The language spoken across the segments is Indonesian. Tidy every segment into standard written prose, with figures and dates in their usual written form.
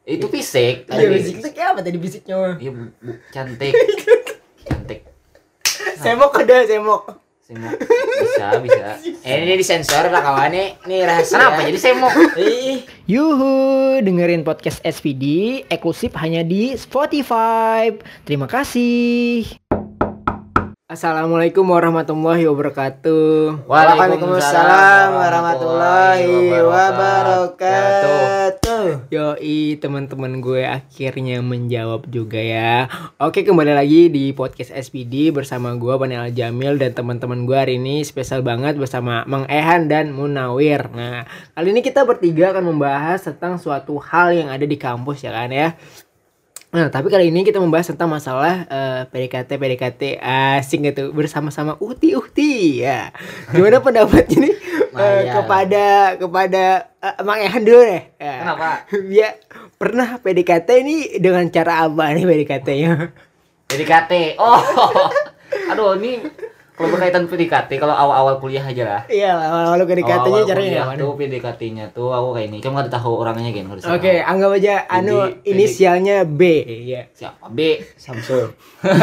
Itu fisik. Iya, fisik itu kayak apa tadi fisiknya? Iya, cantik. Cantik. Semok ada, semok. Semok. Bisa. Ini disensor lah kawan nih rahasia. Kenapa jadi semok? Yuhu, dengerin podcast SPD eksklusif hanya di Spotify. Terima kasih. Assalamualaikum warahmatullahi wabarakatuh. Waalaikumsalam warahmatullahi wabarakatuh. Yoi, teman-teman gue akhirnya menjawab juga ya. Oke, kembali lagi di podcast SPD bersama gue Panel Jamil dan teman-teman gue hari ini spesial banget bersama Mang Ehan dan Munawir. Nah, kali ini kita bertiga akan membahas tentang suatu hal yang ada di kampus ya kan ya. Nah, tapi kali ini kita membahas tentang masalah PDKT asik gitu bersama-sama Uhti ya. Gimana pendapatnya nih kepada Mang Ehan dulu deh. Ya. Kenapa? Dia pernah PDKT ini dengan cara apa nih PDKT-nya? PDKT. Oh. Aduh, ini kalau berkaitan PDKT, kalau awal-awal kuliah aja lah. Iya, awal PDKT-nya caranya gimana? Tuh PDKT-nya tuh aku kayak ini. Kamu enggak tahu orangnya kan harus. Oke, anggap aja inisialnya B ya. Siapa? B. Samsul.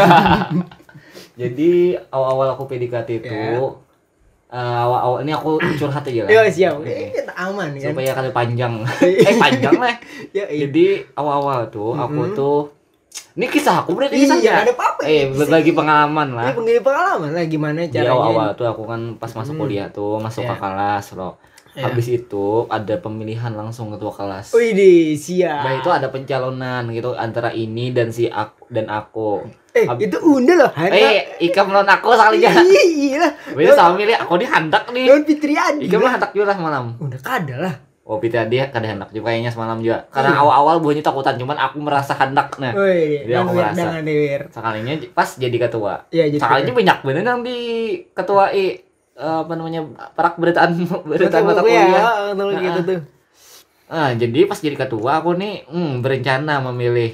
Jadi awal-awal aku PDKT itu awal-awal ini aku curhat aja lah. Iya, siap. Kita aman kan. Supaya kali panjang. Panjang lah. Jadi awal-awal tuh aku tuh ini kisah aku berarti kisahnya. Iya, ada apa-apa. Berbagi pengalaman lah. Berbagi pengalaman lah gimana caranya. Di awal tuh aku kan pas masuk kuliah tuh masuk ke kelas loh. Habis itu ada pemilihan langsung ketua kelas. Widih, siap. Nah, itu ada pencalonan gitu antara ini dan si aku dan aku. Itu udah loh. Ika melawan aku sekalinya. Iya lah. Beda sama milih aku di handak nih. Lawan Fitriadi. Ika mah handak juga malam. Udah kada lah. Oh, Fitriadi kada handak juga kayaknya semalam juga. Karena awal-awal buahnya takutan, cuman aku merasa handak nah. Jadi aku merasa. Sekalinya pas jadi ketua. Sekalinya banyak bener yang di ketua perak beritaan mata kuliah. Gitu tuh. Nah, jadi pas jadi ketua aku nih berencana memilih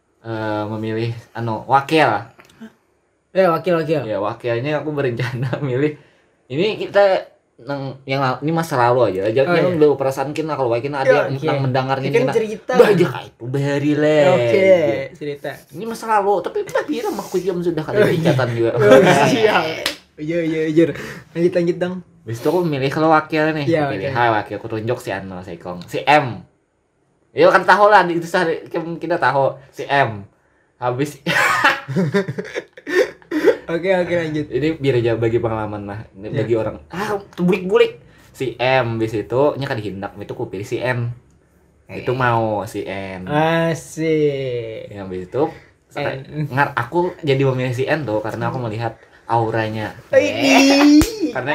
wakil. Wakil. Ya, wakilnya aku berencana milih. Ini kita ini masa lalu aja. Jangan lu perasaan kita kalau wakilnya ada yang mendengar ini. Kan cerita. Banyak itu bari le. Oke, cerita. Ini masa lalu, tapi kita bilang aku jam sudah kali incatan juga. Siap. Iya. Lanjut dong. Habis itu aku milih kalau wakil nih. Iya, pilih wakil aku tunjuk si Ano Sekong, si M. Ya kan tahu lah itu kita tahu si M. Habis Oke, lanjut. Ini biar aja bagi pengalaman lah. Bagi orang bulik-bulik si M di situ nya kan dihindak itu ku pilih si N. Itu mau si N. Asik. Yang habis itu aku jadi memilih si N tuh karena aku melihat auranya. Karena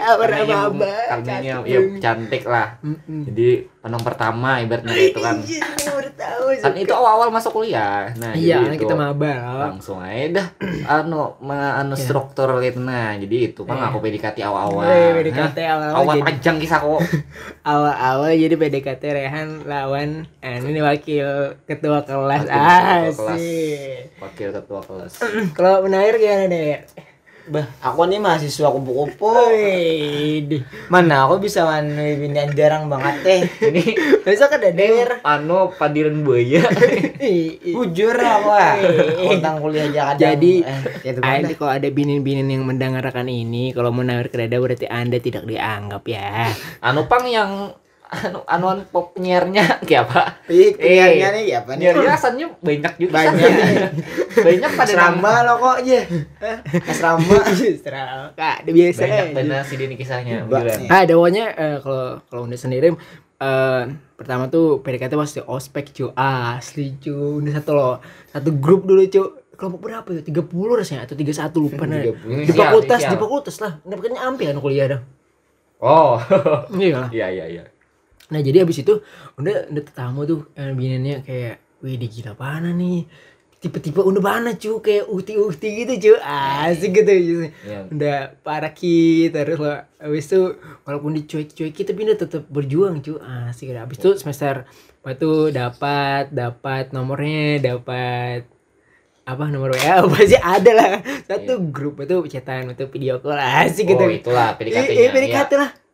ya cantik lah. Jadi pandang pertama ibaratnya itu kan. Kan itu awal masuk kuliah. Nah, iya, jadi kita maba. Langsung aja dah struktur gitu. Nah, jadi itu kan aku PDKT awal-awal. Awal panjang kisahku. Awal-awal jadi PDKT Rehan lawan ini wakil ketua kelas. Wakil ketua kelas. Kalau Munawir gimana deh? Aku nih mahasiswa kupu-kupu. Mana aku bisa pindahan jarang banget Ini besok ada daer. Padiran buaya. Jujur aku tentang kuliah aja kadang. Jadi kalau ada binin-binin yang mendengarkan ini, kalau Munawir kerada berarti Anda tidak dianggap ya. Pang yang anuan pop penyiarnya kayak apa? Penyiarnya nih apa nih? Penyiarnya asalnya banyak juga. Banyak pada asrama lo kok aja. Asrama. Kak, biasa banyak benar sih ini kisahnya. Dawanya kalau udah sendiri pertama tuh PDKT pasti ospek cuy. Asli cuy. Udah satu grup dulu cuy. Kelompok berapa ya? 30 rasanya atau 31 lupa nah. Di fakultas lah. Dapatnya ampe kan kuliah dah. Oh. Iya. Nah, jadi abis itu udah tamu tuh binannya kayak wih gila pana nih. Tipe-tipe udah bana cuy kayak uhti gitu cuy. Asik gitu. Udah parah terus lah. Abis itu walaupun dicuek-cuek kita pindah tetap berjuang cuy. Asik. Abis itu semester itu dapat nomornya, dapat nomor WA pasti ada lah. Satu grup itu chatan, itu video call asik gitu. Oh, itulah PDKT-nya. PDKT lah.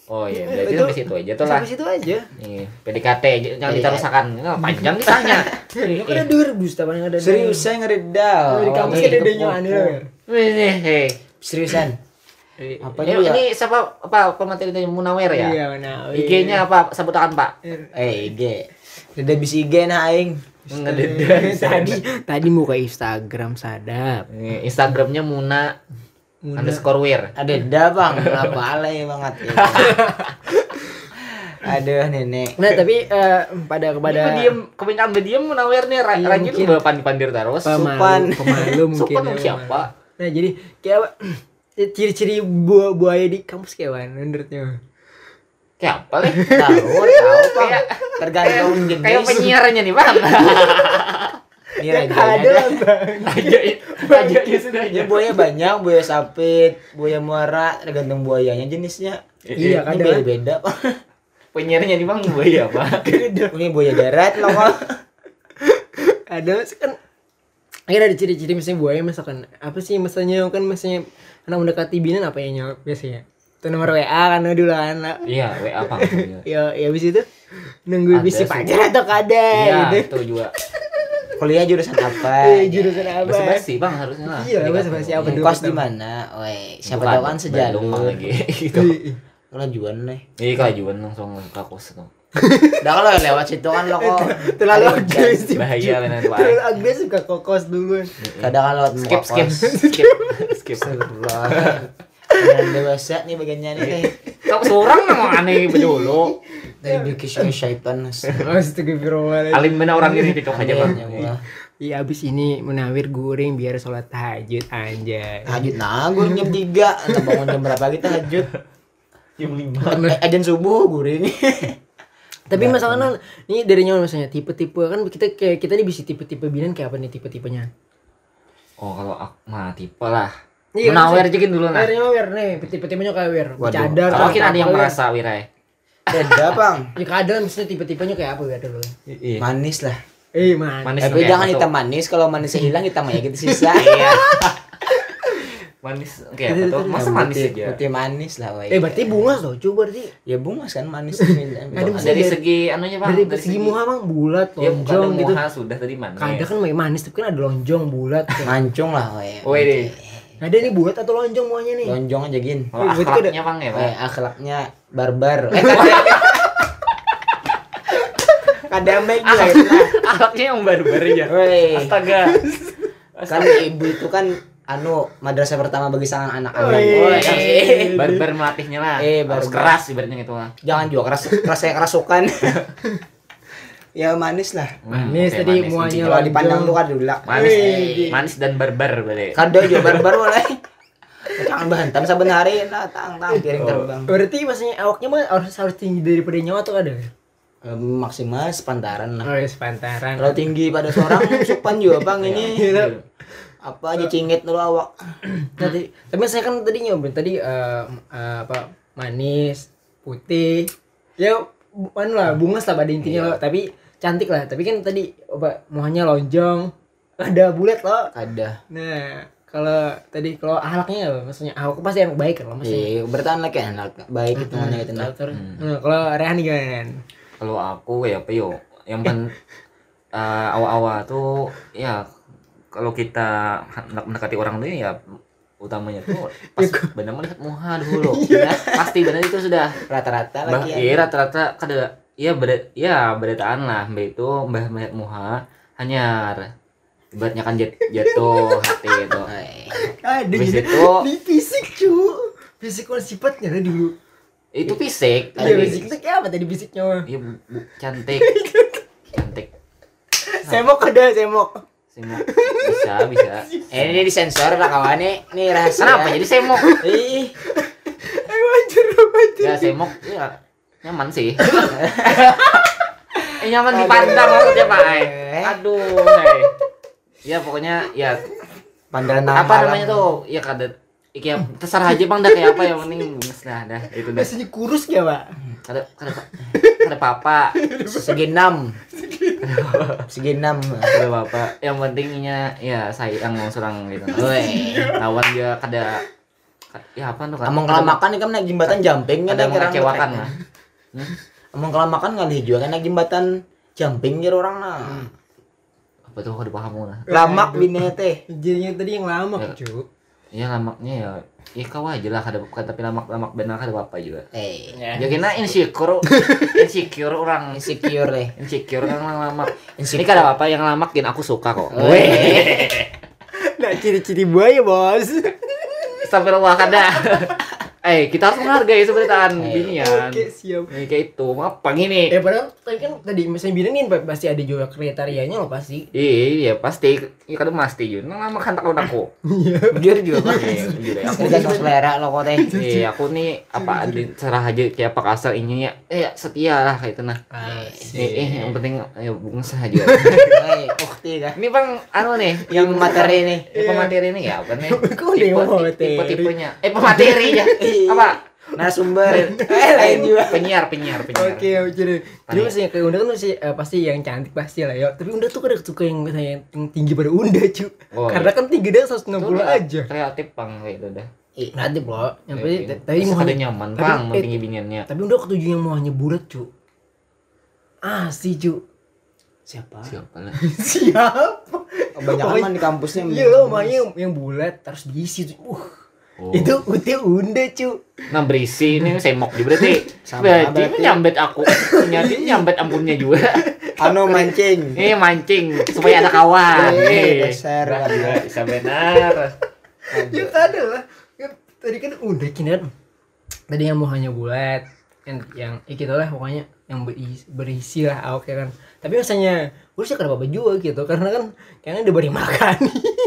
Oh iya, berarti sampai situ aja tuh lah. Sampai situ aja. Nih, PDKT jangan ditarusakan. Enggak panjang kisahnya. Ini kan ada 2000 tapan yang ada. Serius saya ngeredal. Di kampus kan ada nyoanya. Hei. Seriusan. Apa ini siapa apa pemateri Munawir ya? Iya, Munawir. IG-nya apa? Sebutkan, Pak. IG. Deda bis IG nah aing. Tadi mau ke Instagram sadap. Instagramnya Muna_wir. Ada bang, apa alay banget. Gitu. Aduh nenek. Nah tapi kepada kebanyakan berdiam Munawir nih rajin pandir terus. Pemalu mungkin. Supan siapa? Nah jadi kayak apa? Ciri-ciri buaya di kampus kayak mana menurutnya? Kayak apa nih? Tahu Pak. Tergantung jenis. Kayak penyiarnya nih, Bang. Ini raja sudah. Ya buaya banyak, buaya sapit, buaya muara, tergantung buayanya jenisnya. Iya, kan beda-beda, Pak. Penyiarnya nih, Bang, buaya apa? Ini buaya darat loh. Ada kan ada ciri-ciri misalnya buaya misalkan apa sih misalnya kan misalnya anak mendekati binan apa yang nyawab biasanya? Itu nomor WA kan dulu anak. Iya, WA Bang. Ya habis itu nunggu bisi pacar atau kada gitu. Iya, itu juga. Kuliah jurusan apa? Jurusan apa? Basa-basi Bang harusnya lah. Iya, basa-basi apa dulu? Kos di mana? Woi, siapa tahu kan sejalur lagi. Gitu. Kelajuan nih. Iya, kelajuan langsung ke kos tuh. Udah kalau lewat situ kan lo kok terlalu agresif. Bahaya benar, Pak. Terlalu agresif ke kos dulu. Kadang kan lewat skip. Yang dewasa nih bagiannya nih. Kau seorang mau aneh dulu. Dari bikin syaitan. Astagfirullah. Alim benar orang ini TikTok aja, Bang. Iya abis ini Munawir guring biar sholat tahajud anjay. Tahajud nah guring jam 3. Atau bangun jam berapa kita tahajud? Jam 5. Ajan subuh guring. Tapi masalahnya nih dari nyawa misalnya tipe-tipe kan kita nih bisa tipe-tipe binan kayak apa nih tipe-tipenya? Oh kalau mah tipe lah. Iya, Munawir aja dulu nah. Wir nih tipe-tipenya kayak wir. Cadar. Kalau mungkin ada yang merasa Wirai. Beda bang. Ya kadang misalnya tipe-tipenya kayak apa ya dulu? Manis lah. Manis. Tapi jangan hitam manis, kalau manisnya hilang hitam aja gitu sisa. Iya. Manis kayak apa tuh? Masa manis aja? Putih manis lah, woy. Berarti bungas loh, coba berarti. Ya bungas kan manis. Dari segi anunya Bang. Dari segi muha Bang bulat, lonjong gitu. Muha sudah tadi manis. Kadang kan manis tapi kan ada lonjong bulat. Mancung lah, woy. Woi deh. Ada nih bulat atau lonjong muanya nih? Lonjong aja gin. Akhlaknya Bang ya, Bang. Akhlaknya barbar. Kadang juga akhlaknya yang barbar ya. Astaga. Kan ibu itu kan madrasah pertama bagi sang anak-anak. Barbar melatihnya lah. Harus keras ibaratnya gitu lah. Jangan juga keras kayak kerasukan. Ya manis lah. Manis tadi muanya kalau dipandang tuh kan dulak. Manis dan barbar berarti. Kado juga barbar boleh. Jangan bantam saben hari tang piring terbang. Berarti maksudnya awaknya mah harus tinggi daripada nyawa tuh ada. Maksimal sepantaran lah. Oh ya sepantaran. Kalau tinggi pada seorang supan juga Bang ini. Apa aja cingit dulu awak. Tapi saya kan tadi nyobain tadi apa manis, putih. Ya lah bungas lah pada intinya loh, tapi cantik lah. Tapi kan tadi apa muanya lonjong, ada bulat loh. Ada. Nah, kalau ahlaknya apa? Maksudnya aku pasti yang baik kan maksudnya. Iya, bertahan lagi anak baik itu namanya gitu. Nah, kalau Rehan gimana? Kalau aku ya Pio, yang awal-awal tuh ya kalau kita mendekati orang dulu ya utamanya tuh pas benar melihat muha dulu. Pasti benar itu sudah rata-rata lagi ya. Iya rata-rata kada beritaan lah Mbak itu Mbah melihat muha hanyar ibaratnya kan jatuh hati itu. Ada itu di fisik fisik sifatnya dulu. Itu fisik. Iya fisik itu kayak apa tadi fisiknya? Iya cantik. Semok bisa. Ini disensor lah kawan nih rahasia. Kenapa jadi semok? Wajar. Ya semok ya nyaman sih. Nyaman dipandang maksudnya Pak. Aduh. Ya pokoknya ya pandangan apa namanya tuh? Ya kada kayak terserah aja Bang dah kayak apa yang penting dah itu dah. Biasanya kurus ya Pak? Kada apa-apa. Segi 6. Kada apa-apa. Yang pentingnya ya sayang mau serang gitu. Lawan dia kada Ya apa tuh kan? Among kelamakan ini kan naik jembatan jumping ada mengecewakan lah. Among kelamakan nggak dijual kan naik jembatan jumping gitu orang nah. Apa tuh kalau dipaham lah. Lamak bini teh. Jadinya tadi yang lamak, cu. Iya lamaknya ya. Iya kau aja lah kada bukan tapi lamak benar kada apa juga. Ya. Ya kena insecure orang Insecure deh. insecure kan lamak. Ini kada apa yang lamak dan aku suka kok. Nah, ciri-ciri buaya, Bos. Sampai lupa kada. Kita harus menghargai seberitaan binian. Oke, siap. Kayak itu, apa gini? Padahal tadi misalnya bilangin pasti ada juga kriterianya lo pasti. Iya, pasti. Iya kan pasti juga. Nang lama kan takut aku. Jujur juga kan. Jujur ya. Aku udah selera lo kok teh. Iya, aku nih apa serah aja kayak apa kasar ini ya. Setia lah kayak itu nah. Yang penting bunga saja. Ukti kan. Ini Bang nih Yang materi nih. Pemateri ini ya apa nih? Tipe-tipenya. Pemateri ya. Apa? Narasumber. Lain juga. Penyiar. Oke, jadi maksudnya kayak Unda kan pasti yang cantik pasti lah ya. Tapi Unda tuh kadang suka yang misalnya yang tinggi pada Unda, cu. Karena kan tinggi dia 160 aja. Kreatif Bang kayak itu dah. Kreatif loh. Yang tapi mau ada nyaman Bang, mau tinggi biniannya. Tapi Unda ketujuh yang mau hanya bulat, cu. Sih, cu. Siapa Siapa? lah. Banyak aman di kampusnya. Iya loh, makanya yang bulat terus diisi tuh. Itu Unda, cu. Nah berisi ini semok juga berarti. Berarti nyambet aku. Ternyata nyambet ampunnya juga. Mancing. Mancing supaya ada kawan. Dasar. Bisa benar. Ya ada lah. Tadi kan udah kinet. Tadi yang mau hanya bulat. Yang gitu lah pokoknya yang berisi lah oke kan. Tapi rasanya gue sih kenapa juga gitu karena kan kayaknya udah beri makan.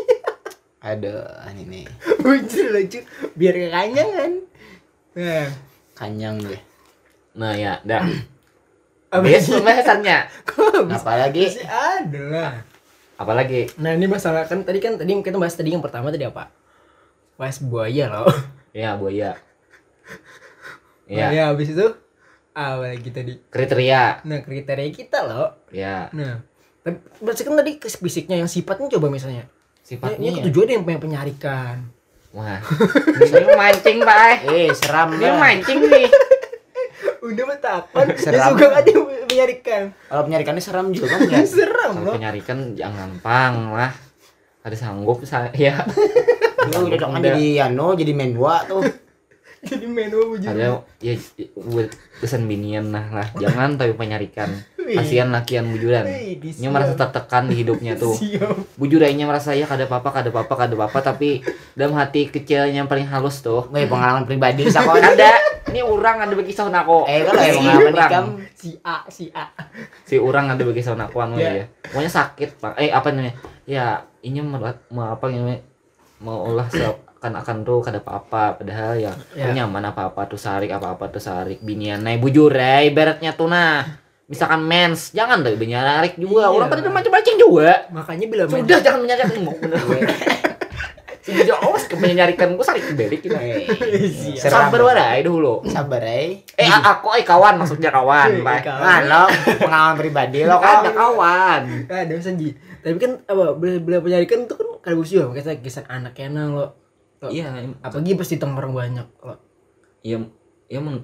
Aduh, ini. Bujur lucu biar kekanyangan. Nah, Kanyang deh. Nah ya, dah. Habis pembahasannya. Apalagi? Masih ada lah. Apalagi? Nah, ini masalah kan tadi kita bahas tadi yang pertama tadi apa? Bahas buaya loh. Iya, buaya. Iya. Ya, habis itu apa lagi tadi? Kriteria. Nah, kriteria kita loh. Iya. Nah, tapi berarti kan tadi fisiknya yang sifatnya coba misalnya. Sifatnya ini ketujuan yang pengen penyarikan. Wah. Ini mancing, Pak. Seram Ini mancing nih. Udah takon. Seram. Suka aja menyarikan. Kalau penyarikannya seram juga kan ya. Seram loh. Penyarikan jangan pang lah. Ada sanggup saya. Lu udah kan jadi menwa tuh. Jadi menu wujud. Ada ya buat pesan binian lah. Jangan tapi penyarikan. Kasihan lakian bujuran. Nya merasa tertekan di hidupnya tuh. Bujurannya merasa ya kada apa-apa tapi dalam hati kecilnya yang paling halus tuh. Pengalaman pribadi sakon. Ada. Ini orang ada bagi sauna aku. Kalau pengalaman nikam si A. Si orang ada bagi sauna aku ya. Pokoknya sakit, Pak. Apa namanya? Ya, ini mau apa namanya? Mau ulah akan tuh kada apa-apa padahal ya nyaman apa-apa tuh sarik binian naik bujur ibaratnya tuh nah misalkan mens jangan deh menyarik juga orang pada macam-macam juga makanya bila sudah jangan menyarikan mau bener sejauh awas menyarikan gua sarik balik gitu sabar warai dulu sabar aku kawan maksudnya kawan Pak lo pengalaman pribadi lo ada kawan ada Sanji tapi kan apa bila penyarikan itu kan kada bagus juga makanya kisah anaknya nang lo. Iya, apalagi pasti orang banyak lo. Iya apa?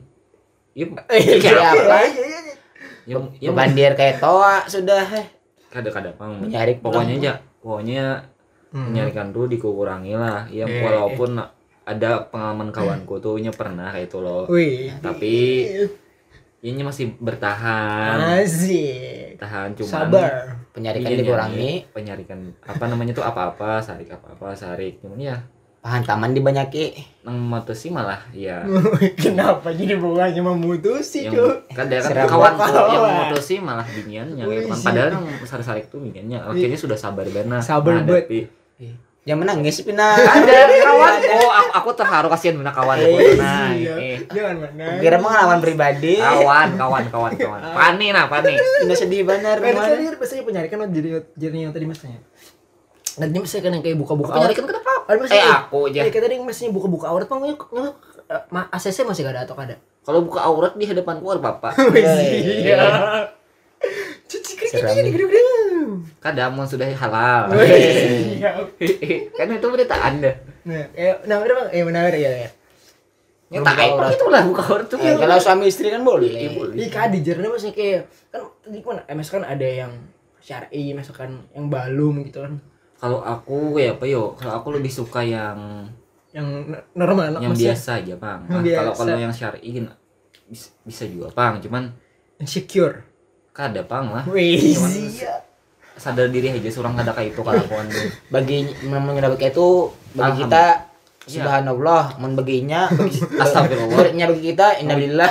Ya bandir kayak toa sudah Kada pang menyarik pokoknya menyarikan tuh dikurangi lah. Ya walaupun ada pengalaman kawanku tuh pernah kayak itu loh. Tapi ini masih bertahan. Asik. Tahan cuma sabar. Penyarikan dikurangi. Penyarikan apa namanya tuh apa-apa sarik. Cuman ya hantaman dibanyaki nang memutusi malah ya. Kenapa jadi bunganya memutusi, Cuk? Kan kawan yang memutusi malah biniannya gitu kan. Padahal yang sarik tuh biniannya. Akhirnya sudah sabar benar. Sabar banget. Yang menangis Pina. Ada kawan. Aku terharu kasihan benar kawan aku. Nah, jangan mana. Kira pengalaman pribadi. Kawan. Pani. Ini sedih benar. Tadi biasanya penyarikan jadi yang tadi masnya. Nanti misalnya kan yang kayak buka-buka penyarikan kenapa? Aku aja. Kayak tadi misalnya buka-buka aurat pangnya ACC masih gak ada atau kada? Kalau buka aurat di hadapanku ada bapak. Iya. Cuci kaki gede-gede. Kadang sudah halal. Kan itu berita Anda. Nah, udah Bang. Benar ya. Ya tak itulah buka aurat tuh. Kalau suami istri kan boleh. Iya kan dijernya maksudnya kayak kan tadi kan MS kan ada yang syar'i, misalkan yang balum gitu kan. Kalau aku ya apa yo? Kalau aku lebih suka yang normal, yang biasa aja, Bang. Kalau yang syar'i bisa juga, Bang. Cuman insecure. Kada, Bang lah. Wih, sadar diri aja surang kada kayak itu kelakuan. Bagi mengenai itu bagi kita subhanallah, mun baginya astagfirullah. bagi kita innalillah.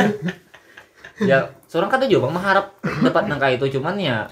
Ya, seorang kada juga Bang mengharap dapat nangka itu, cuman ya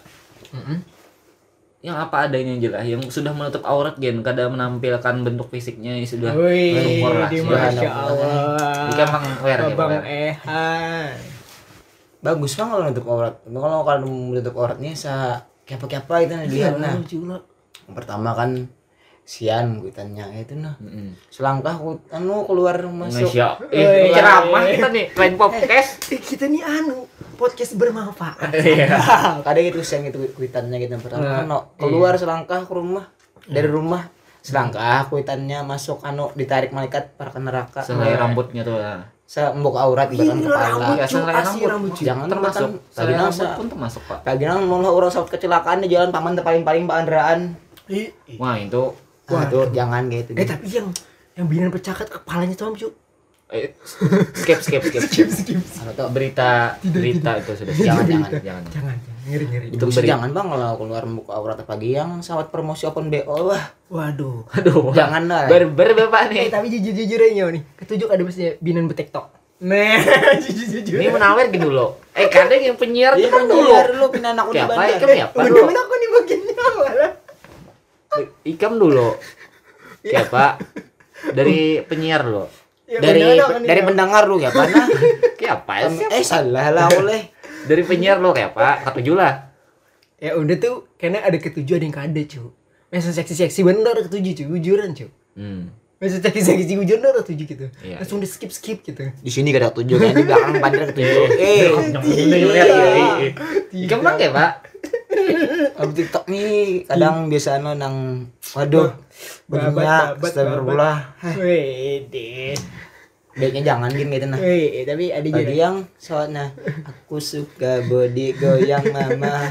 yang apa adanya aja lah, yang sudah menutup aurat gen, kada menampilkan bentuk fisiknya sudah menumpur lah. Masya Allah. Ini kan Bang aware ya, Bang Ehan. Bagus Bang kalau nutup aurat. Kalau menutup auratnya kiapa-kiapa itu dilihat nah. Pertama kan sian kuitannya itu nah. Selangkah keluar masuk. Ceramah kita nih, lain podcast. Kita nih podcast bermanfaat. Kadang itu siang itu kuitannya kita pertama keluar selangkah ke rumah. Dari rumah selangkah kuitannya masuk ditarik malaikat para neraka. Selai rambutnya tuh ya. Sembuk aurat ibaratkan kepala. Ya, selai rambut. Jangan termasuk. Selai rambut pun termasuk, Pak. Kaginan mau orang saat kecelakaan di jalan paman paling kendaraan. Wah, itu Itu jangan gitu. Tapi yang binan pecakat kepalanya tuh Cuk. Skip. Atau berita itu sudah jangan. Ngeri. Itu jangan Bang kalau keluar membuka aurat pagi yang sawat promosi open BO wah. Waduh. Jangan lah. Berber Bapak nih. Tapi jujur aja nih. Ketujuh ada maksudnya binan betiktok. Nah, jujur. Ini menawer gitu loh. Kadang yang penyiar itu kan dulu. Lu pindah anak udah Siapa? Udah aku nih bagiannya malah. Ikam dulu. Siapa? Dari penyiar lo. Ya, dari pendengar lu ya mana? Siapa? Salah lah oleh. Dari penyiar lo kayak apa? Ketujuh lah. Ya udah tuh karena ada ketujuh ada yang kada, Cuk. Masa seksi bener ada ketujuh, Cuk. Jujuran, Cuk. Masa seksi jujuran ada ketujuh gitu. Iya, langsung di skip gitu. Di sini kada ketujuh kan di belakang pandai ketujuh. Ikam bang ya, Pak? Kalau TikTok nih kadang biasa nang waduh banyak astagfirullah. Wede. Baiknya jangan gitu nah. Tapi ada jadi yang soalnya aku suka body goyang mama.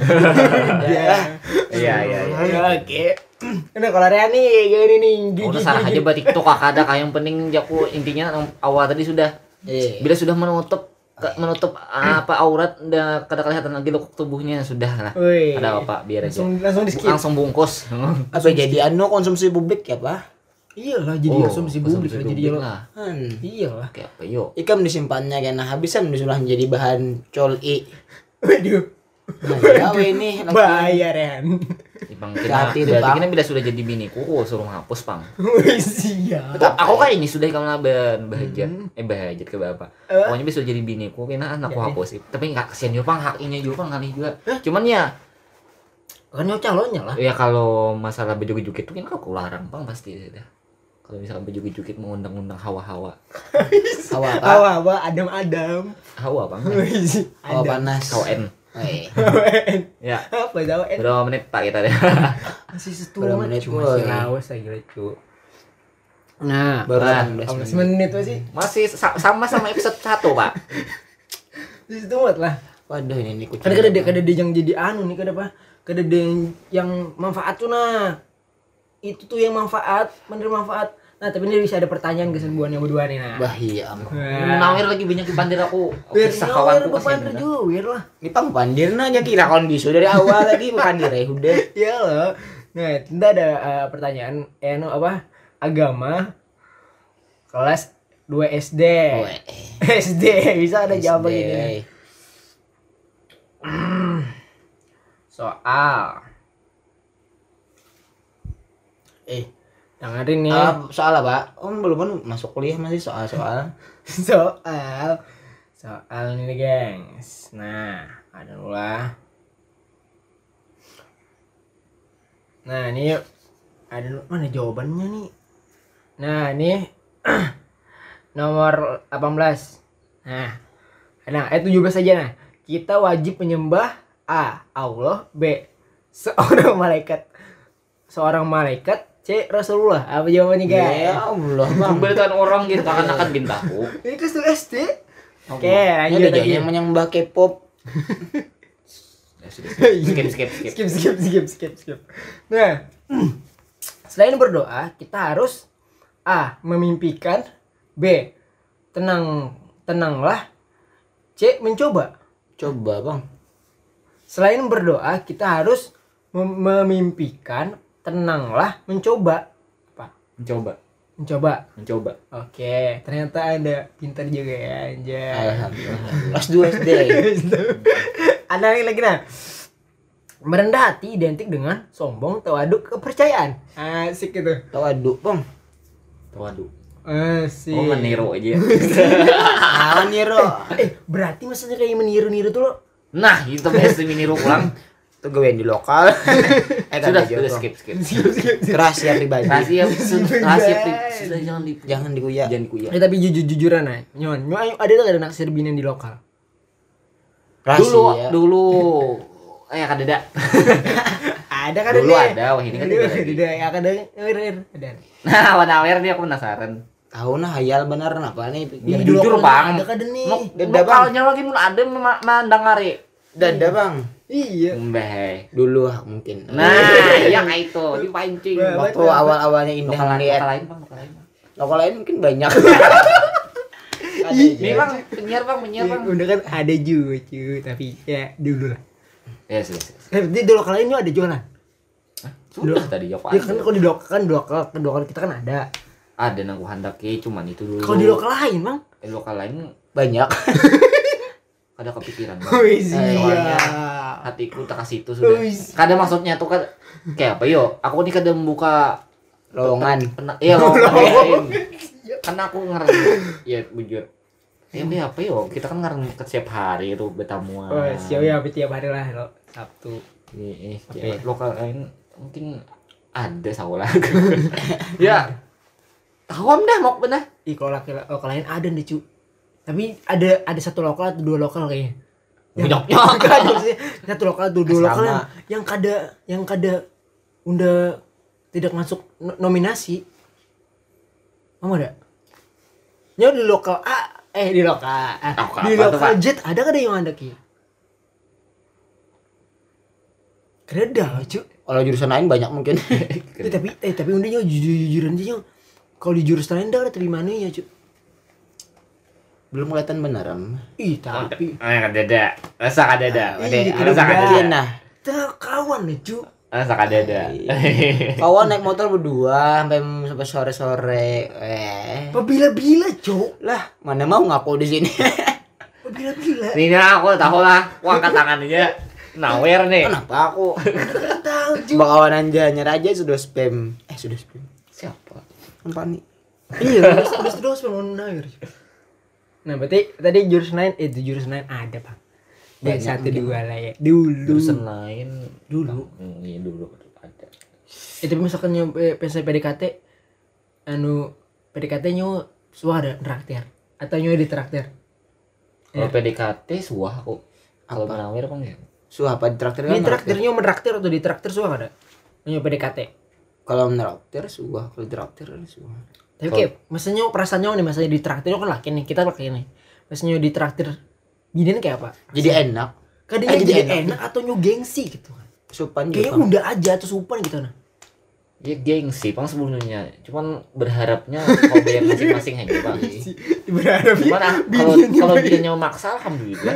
Iya. Oke. Nah kalau Rea nih gini nih. Udah sarah aja buat TikTok ada kayak yang penting jaku intinya awal tadi sudah. Bila sudah menutup apa aurat udah kada kelihatan lagi lekuk tubuhnya sudah lah. Ada apa biar aja. Langsung bungkus. Apa jadi konsumsi publik ya, Pak? Iyalah jadi konsumsi publik lah jadi lah. Iyalah. Kayak apa yo? Ikam disimpannya karena habisan disulah menjadi bahan coli. Waduh. Nah, ini bayaran. Bang kita bila sudah jadi biniku suruh hapus, Bang. Siap. Aku kayak ini sudah kamu bahajat ke bapak. Pokoknya bisa jadi biniku kena anakku hapus. Tapi enggak kasihan juga, Bang, haknya juga Bang kali juga. Cuman ya kan calonnya lah. Ya kalau masalah bejugit-jugit itu kan aku larang, Bang, pasti dah. Kalau misalkan bejugit-jugit mau undang-undang hawa-hawa. Hawa Adam. Hawa, Bang. Hawa panas. KN. Ya. Apa Jawa? Berapa menit Pak kita deh? Masih setengah menit masih lawas aja itu. Nah, baru 15 menit masih sama episode 1, Pak. Di situ lah. Waduh ini kucing. Kada dia yang jadi nih kada apa? Kada ada yang manfaat tuh nah. Itu tuh yang manfaat, bener manfaat. Nah, tapi ini bisa ada pertanyaan ke sebuahnya berdua nih nah. Bah iya. Nawir lagi banyak dipandir aku. Kisah kawanku pandir juga lah. Ini pang pandirna aja kira kon bisu dari awal lagi pandir udah. Iya loh. Nah, itu ada pertanyaan agama kelas 2 SD. SD bisa ada jawaban ini. Soal dengerin nih. Soal apa? Belum masuk kuliah masih soal. Soal ini gengs. Nah, ada lah. Nah, ini ada mana jawabannya nih? Nah, ini nomor 18. Nah, 17 aja nah. Kita wajib menyembah A. Allah, B. Seorang malaikat, C. C. Rasulullah. Apa jawabannya guys? Ya Allah bang. Kebetulan orang gitu akan tahu. Ini kelas 2 SD. Oke, lanjut Ada lagi. yang menyembah K-pop. Skip. Nah, selain berdoa, kita harus A. Memimpikan, B. Tenanglah, C. Mencoba. Coba bang. Selain berdoa, kita harus memimpikan, tenanglah, mencoba. Apa? Mencoba. Oke, ternyata Anda pintar juga ya, anjay. Alhamdulillah. Kelas 2 SD. Ada lagi nah. Merendah hati identik dengan sombong, tawaduk, kepercayaan. Asik gitu. Tawaduk bang. Asik. Oh meniru aja. Meniru. Berarti maksudnya kayak meniru-niru tuh lo. Nah, itu biasa meniru ulang. Itu gue di lokal. Sudah skip. Rahasia pribadi. Rahasia sudah Jangan dikuyak. Tapi jujuran aja. Nyon, ada naksir binen di lokal. Rahasia. Dulu kadeda. Ada kan dulu ada, wah ini kan ada. Nah, wanawer dia aku penasaran. Tahu nah hayal bener apa nih? Jujur bang. Ada kan nih. Lokalnya lagi mun ada mandangari. Dada bang. Iya. Mbah. Dulu mungkin. Nah, iya kayak itu dipancing. Waktu awal-awalnya indah lihat. Lokal lain mungkin banyak. Memang penyiar bang. Udah kan ada juga cuy, tapi ya dulu lah. Ya sudah. Di lokal lain juga ada jualan. Sudah tadi apa? Ya kan kalau di lokal kita kan ada. Ada nang handaki cuman itu dulu. Kalau di lokal lain bang? Lokal lain banyak. Ada kepikiran bang. Soalnya hatiku tak kasih itu sudah. Kadang maksudnya tuh kan kayak apa yo? Aku nih kadang membuka lowongan. Iya lowongan. Karena aku ngerti. Ya bujur. Ini apa yo? Kita kan ngareng setiap hari itu bertamuan. Oh siap ya, tiap hari lah lo Sabtu. Lokal lain mungkin ada sawola. Ya. Tawam dah mau benar. Kalau lokal lain ada nih cu. Tapi ada satu lokal atau 2 lokal kayaknya. Banyaknya. Satu lokal atau 2 lokal yang kada unda tidak masuk nominasi. Mau ada? Nya di lokal A, di lokal Z ada kada yang ada ki? Kereda cu. Kalau jurusan lain banyak mungkin. tapi undanya jujuran aja. Kalau di jurusan lain ada terima nih ya cu. Belum kelihatan beneran. Ih tapi. Kadeda. Rasa kadeda. Rasa kadeda. Nah. Kawan nih cu. Rasa kadeda. Kawan naik motor berdua sampai sore-sore. Bila-bila cu. Lah mana mau ngaku di sini. Bila-bila. Ini aku tahu lah. Aku angkat tangan aja. Nawer nih. Kenapa aku? Tahu cu. Bakawan anjanya aja sudah spam. Sudah spam. Siapa? Panik. Iya, sudah spam nawer. Nah, berarti tadi jurusan lain ada, Bang. Dari 1 2 lah ya. Dulu. Jurusan lain dulu. Iya dulu ada. Tapi misalkan PDKT PDKT-nya suah ada traktir atau nyoy di traktir. Kalau PDKT suah aku. Kalau menawir Bang ya. Suah apa di traktir? Di traktirnya mentraktir atau di traktir suah ada? Nyoy PDKT. Kalau menraktir suah, kalau di traktir suah. Tapi kayak maksudnya perasaannya nih, maksudnya di traktir kan laki nih, kita laki nih. Maksudnya di traktir gini kayak apa? Jadi enak. Kadang jadi enak atau nyu gengsi gitu kan. Supan juga. Kayaknya udah aja atau supan gitu nah. Ya gengsi Bang sebelumnya. Cuman berharapnya kalau bayar masing-masing aja Bang. Berharap. Cuman kalau dia nyawa maksa alhamdulillah.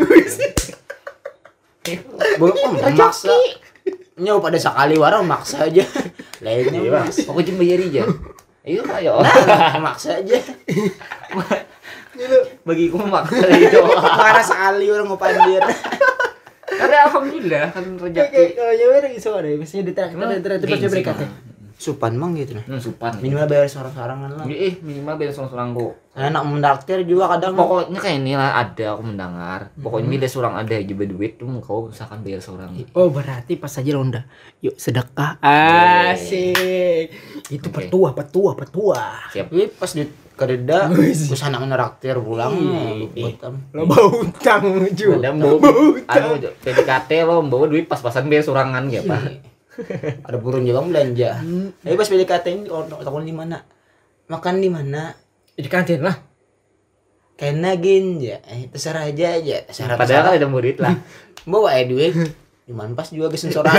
Belum maksa. Nyawa pada sekali warung maksa aja. Lainnya maksa. Aku cuma bayar aja. Ayo. Maksa aja. Bagiku maksa itu. Karena sekali orang mau pandir. Karena alhamdulillah kan rezeki. Kalau nyawa lagi soal deh, misalnya di traktir pas PDKT. Supan mang gitu nah. Supan. Minimal bayar seorang-sorangan lah. Minimal bayar seorang-sorangan kok. Anak mendaktir juga kadang. Pokoknya kayak inilah ada aku mendengar. Pokoknya milih seorang ada aja duit tuh kau misalkan bayar seorang. Oh berarti pas aja londa. Yuk sedekah. Asik. Itu petua. Siap. Tapi pas di kereda terus anak menraktir pulang lo bau utang juga. PDKT lo bawa duit pas-pasan bayar seorangan ya Pak. Ada burung Jepang belanja. Tapi pas PDKT ini takon di mana? Makan di mana? Di kantin lah. Kena gin ya. Terserah aja. Padahal kan ada murid lah. Bawa duit. Cuman pas juga gesen sorangan.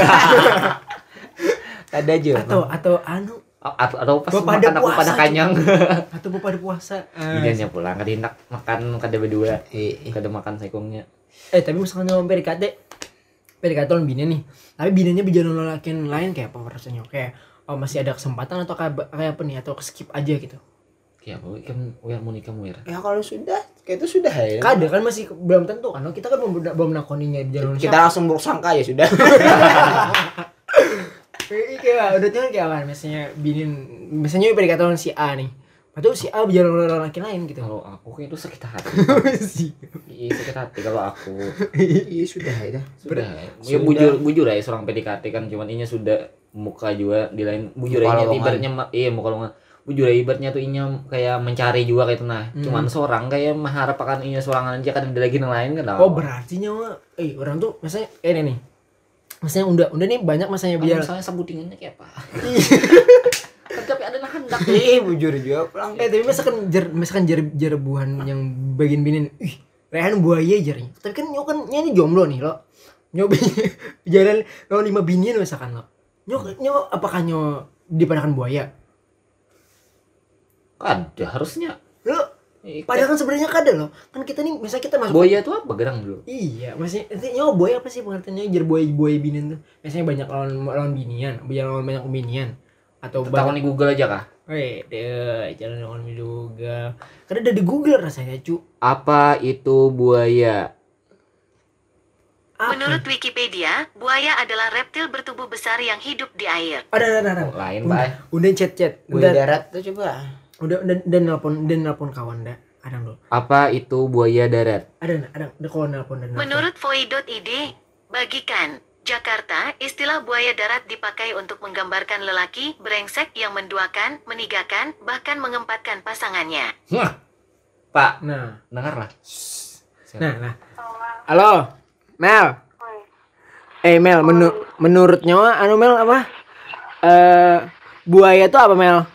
Ada aja. Atau anu atau pas makan aku pada kanyang. Atau pada puasa. Biniannya pulang kada hendak makan kada berdua. Kada makan sekongnya. Tapi misalkan sama PDKT lawan bini nih. Tapi bininya berjalan laki lain kayak apa rasanya? Kayak masih ada kesempatan atau kayak apa nih atau skip aja gitu. Ya, kan wir mau nikah wir. Ya kalau sudah, kayak itu sudah ya. Kadang kan masih belum tentu kan. Kita kan belum nakoninya berjalan. Kita langsung bersangka ya sudah. Kayak udah tuh kayak apa misalnya PDKT lawan si A nih. Atau si A berjalan lawan laki lain gitu. Kalau aku kayak itu sakit hati. Iya sakit hati kalau aku. Iya sudah ya. Sudah. Ya bujur ya seorang PDKT kan cuman inya sudah muka juga di lain bujur aja ibaratnya muka lu bujur ibaratnya tuh inya kayak mencari juga kayak itu nah. Cuman seorang kayak mengharapkan inya sorangan aja kan ada lagi yang lain kan. Oh berarti nyawa orang tuh misalnya ini nih. Misalnya udah nih banyak masanya biar misalnya sabutingannya kayak apa? Tapi ada nah hendak. Bujur juga pulang. Tapi misalkan jerbuhan yang bagian binin. Rehan buaya jarnya. Tapi kan nyo kan ini jomblo nih lo. Nyo jalan lo 5 binian misalkan lo. Nyo apakah nyo dipanakan buaya? Ada harusnya. Lo padahal kan sebenarnya kada loh. Kan kita nih misalnya kita masuk buaya tuh apa gerang dulu? Iya, maksudnya nyo buaya apa sih pengertiannya buaya binian tuh? Biasanya banyak lawan binian, banyak binian atau takon di Google aja kah? Jangan lawan di Google. Karena udah di Google rasanya, cu. Apa itu buaya? Menurut Wikipedia, buaya adalah reptil bertubuh besar yang hidup di air. Ada. Lain, Pak. Udah chat. Buaya darat tuh coba. Udah nelpon kawan dah. Ada dulu. Apa itu buaya darat? Ada kawan nelpon dan. Menurut foi.id, bagikan Jakarta, istilah buaya darat dipakai untuk menggambarkan lelaki brengsek yang menduakan, menigakan, bahkan mengempatkan pasangannya. Pak, nah, dengarlah. Nah. Halo, Mel. Mel, menurut nyawa Mel apa? Buaya itu apa, Mel?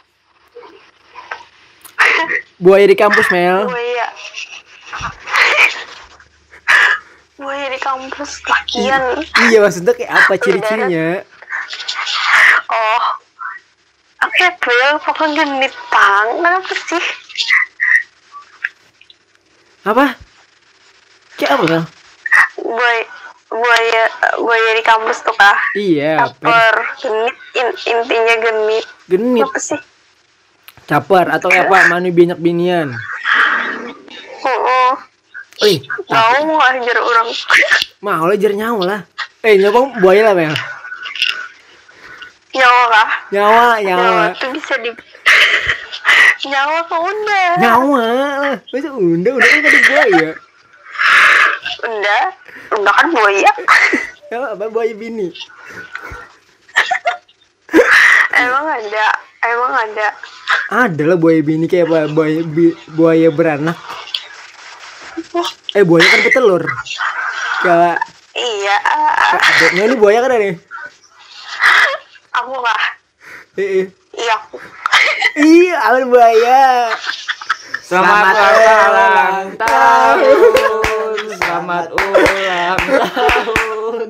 Buaya di kampus, Mel. Buaya di kampus lakian. Iya, maksudnya kayak apa ciri-cirinya? Oh, April pokoknya genit pang. Kenapa sih? Apa? Kayak apa, Mel? Buaya di kampus tuh kah? Iya. Caper, genit, intinya genit. Genit. Apa sih? Caper atau apa? Manu banyak binian. Mau ngajar orang. Mau ajar nyawa lah. Nyawa buaya lah, Mel. Nyawa kah? Nyawa. Itu bisa di nyawa ke unda. Nyawa lah. Masa unda kan ada buaya. Unda kan buaya. Ya apa buaya bini? Emang ada. Ada lah buaya bini kayak apa? Buaya beranak. Buaya kan petelur. Kayak iya. Adiknya ini buaya kan ada. Aku kah? Iya aku. Iya, awal buaya. Selamat ulang tahun. Selamat ulang tahun.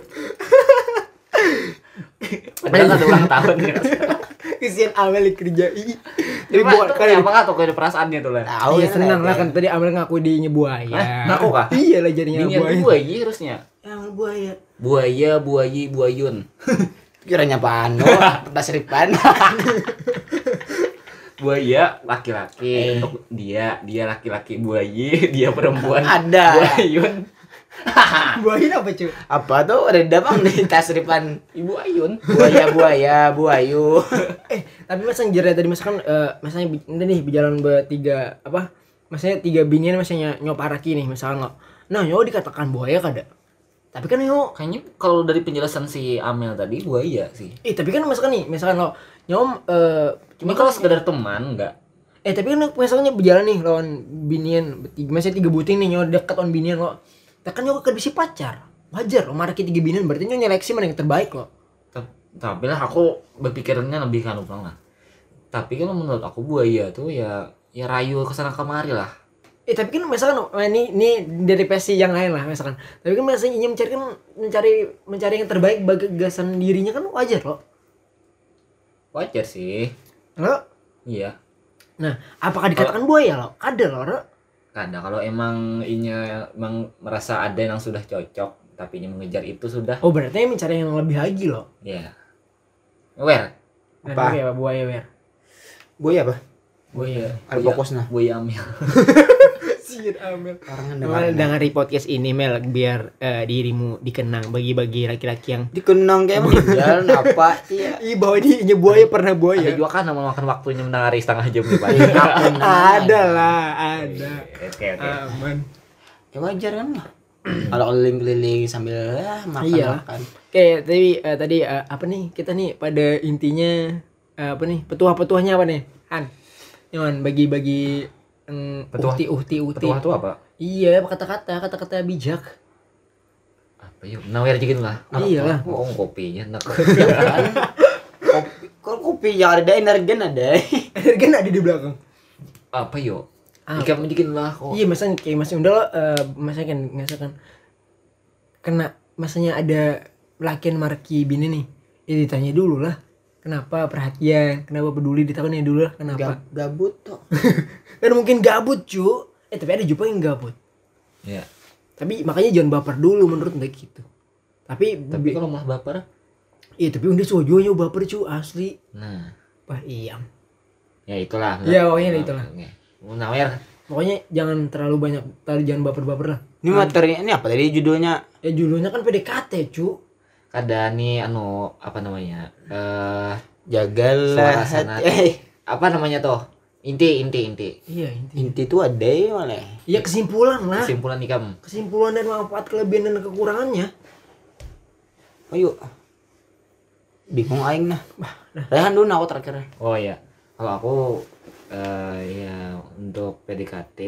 Padahal ada ulang tahun ya. Kesian Amel dikerjai. Jadi bukan apa nggak tuh kayak perasaannya tuh lah. Iya senang lah kan tadi Amel ngaku dia buaya. Ngaku kah? Iya lah jadinya buaya. Buaya harusnya. Amel buaya. Buayun. Kiranya apaan? Tasripan. Buaya laki-laki untuk dia laki-laki buaya, dia perempuan. Ada. Buayun. Buaya apa cuy? Apa tuh reda bang di Tasripan? Ibu Ayun. Buayu. Tapi mas yang jerat tadi misalkan masanya nih berjalan bertiga apa? Masanya 3 binian masanya nyoparaki nih misalkan lo. Nah, nyo dikatakan buaya kada. Tapi kan nyo kayaknya kalau dari penjelasan si Amel tadi buaya sih. Tapi kan misalkan lo nyom cuma kalau sekedar teman enggak. Tapi kan misalnya berjalan nih lawan binian masanya 3 buting nih nyo dekat lawan binian lo. Kan nyo kan bisa pacar. Wajar lo maraki 3 binian berarti nyo nyeleksi mana yang terbaik lo. Tapi lah aku berpikirnya lebih kan lah. Tapi kan menurut aku buaya tuh ya rayu kesana kemari lah. Tapi kan misalkan ini dari versi yang lain lah misalkan. Tapi kan misalnya ingin mencari yang terbaik bagi gagasan dirinya kan wajar loh. Wajar sih. Lo? Iya. Nah, apakah dikatakan buaya loh? Ada loh. Kadang kalau emang merasa ada yang sudah cocok, tapi ini mengejar itu sudah. Oh, berarti mencari yang lebih lagi loh. Iya. Wer. Apa? Buaya wer. Buaya apa? Buaya. Ada fokusnya. Buaya ambil. Siir Amel. Orang dengar di podcast ini Mel biar dirimu dikenang bagi laki-laki yang dikenang kayak meninggal apa iya. Bahwa dia buaya pernah buaya. Ada juga kan memakan waktunya mendengar setengah jam nih Pak. Ada. Oke. Aman. Ya wajar kan lah. Kalau keliling-keliling sambil makan. Oke, tadi apa nih kita nih pada intinya apa nih petuah-petuahnya apa nih Han? Nyaman bagi uhti. Petuah itu apa? Iya, kata-kata bijak. Apa yuk? Nawer jikin lah. Iyalah. Oh, kopinya enak. Kopi yang ada energen ada. Energen ada di belakang. Apa yuk? Ikan jikin lah. Iya, masanya udah lo misalkan kena masanya ada lakian marki bini nih. Ya ditanya dulu lah. Kenapa perhatian? Kenapa peduli? Ditanya dulu lah kenapa? Gabut toh. Kan mungkin gabut cu. Tapi ada juga yang gabut. Iya. Tapi makanya jangan baper dulu menurut gue gitu. Tapi kalau malah baper? Iya tapi udah sojonya baper cu asli. Nah. Wah iya. Ya itulah. Iya pokoknya itulah. Nawer. Pokoknya jangan terlalu banyak, jangan baper-baper lah. Ini materinya ini apa tadi judulnya? Ya judulnya kan PDKT cu. Ada nih apa namanya? Jagalah hati. Apa namanya tuh? Inti. Iya inti itu ada ya malah. Iya kesimpulan lah. Kesimpulan ikam. Kesimpulan dan manfaat kelebihan dan kekurangannya. Ayo. Bingung aing nah. Rehan dulu aku terakhir. Oh iya. Kalau aku ya untuk PDKT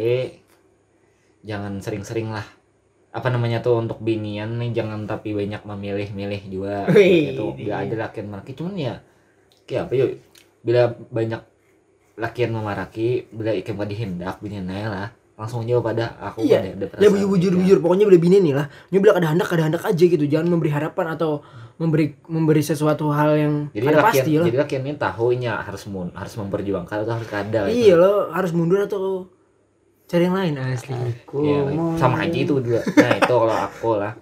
jangan sering-sering lah. Apa namanya tuh untuk binian nih jangan tapi banyak memilih-milih juga. Itu enggak ada lakian maraki cuman ya kayak apa yuk. Bila banyak lakian memaraki, bila ikan gak dihendak binian lah. Langsung jawab pada aku iya. ada perasaan. Ya bujur pokoknya bila bini nih lah. Bila ada hendak aja gitu. Jangan memberi harapan atau memberi sesuatu hal yang pasti lah. Jadi lakian ini tahunya harus memperjuangkan atau harus kadal. Iya lo harus mundur atau cari yang lain asli. Ya, sama aja itu juga. Nah itu kalau aku lah.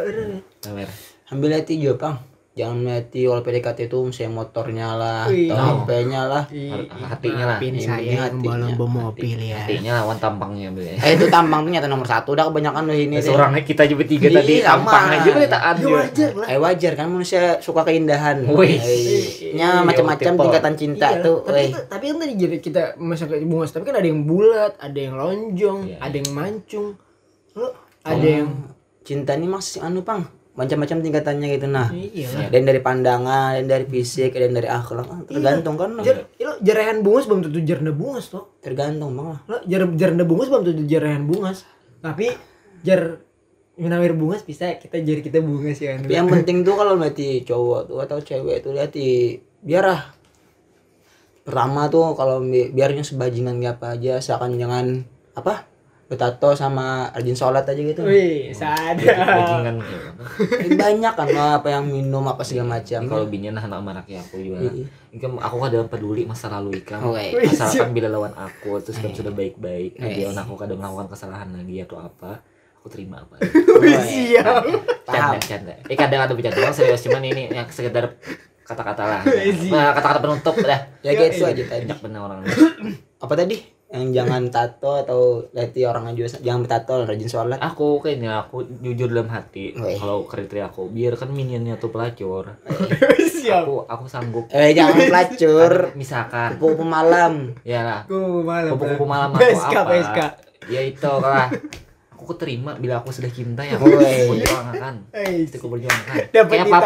Ambil hati juga Bang. Jangan melihat oleh PDKT itu misalnya motornya lah, atau HP-nya lah, hatinya lah. Saya balon mobil ya. Hatinya lawan tampangnya beli. Itu tampang tuh nyata nomor 1 udah kebanyakan loh ini. Seorangnya kita juga 3 tadi tampang aja kita ada. Wajar kan manusia suka keindahan. Nya macam-macam tingkatan cinta tuh. Tapi kan tadi kita masalah bungas, tapi kan ada yang bulat, ada yang lonjong, ada yang mancung. Ada yang cinta nih Mas Pang. Macam-macam tingkatannya gitu nah. Iya. Dan dari pandangan, dan dari fisik, dan dari akhlak tergantung kan. Jarahan bungas belum tentu jarna bungas toh. Tergantung Bang lah. Jarna bungas belum tentu jarahan bungas. Tapi menawir bungas bisa kita bungas ya. Tapi yang penting tuh kalau mati cowok tuh atau cewek tuh lihat biarlah. Pertama tuh kalau biarnya sebajingan gak apa aja, seakan jangan apa? Bertato sama rajin sholat aja gitu. Wih, sadar. Bajingan banyak kan apa yang minum apa segala macam. Kalau binian anak maraki aku juga. Ikam aku kadang peduli masa lalu ikam. Asalkan bila lawan aku terus kan sudah baik-baik. Dia aku kadang melakukan kesalahan lagi atau apa, aku terima apa. Siap. Canda. Kadang ada bercanda serius cuman ini yang sekedar kata-kata lah. Kata-kata penutup dah. Ya gitu aja tadi. Banyak benar orang. Apa tadi? Yang jangan tato atau lihat orang aja jangan bertato, rajin sholat. Aku kayaknya aku jujur dalam hati kalau kriteria aku biarkan minionnya tuh pelacur. Aku sanggup. Jangan pelacur. Misalkan kupu malam. Iyalah. Kupu malam atau apa. Ya itu lah. Aku terima bila aku sudah cinta ya aku perjuangkan. Aku perjuangkan.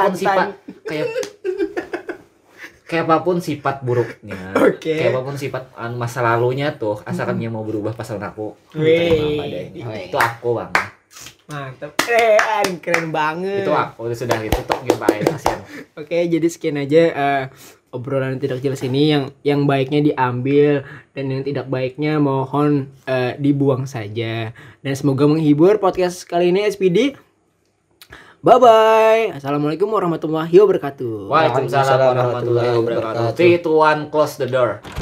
Kayak apapun sifat buruknya, kayak apapun sifat masa lalunya tuh, asalkan dia mau berubah pasangan aku, terima padanya. Itu aku Bang. Mantap. Keren banget. Itu aku sudah ditutup gitu Pak. Kasihan. Oke, jadi sekian aja obrolan tidak jelas ini, yang baiknya diambil dan yang tidak baiknya mohon dibuang saja. Dan semoga menghibur podcast kali ini SPD. Bye bye. Assalamualaikum warahmatullahi wabarakatuh. Waalaikumsalam warahmatullahi wabarakatuh. 3, 2, 1, close the door.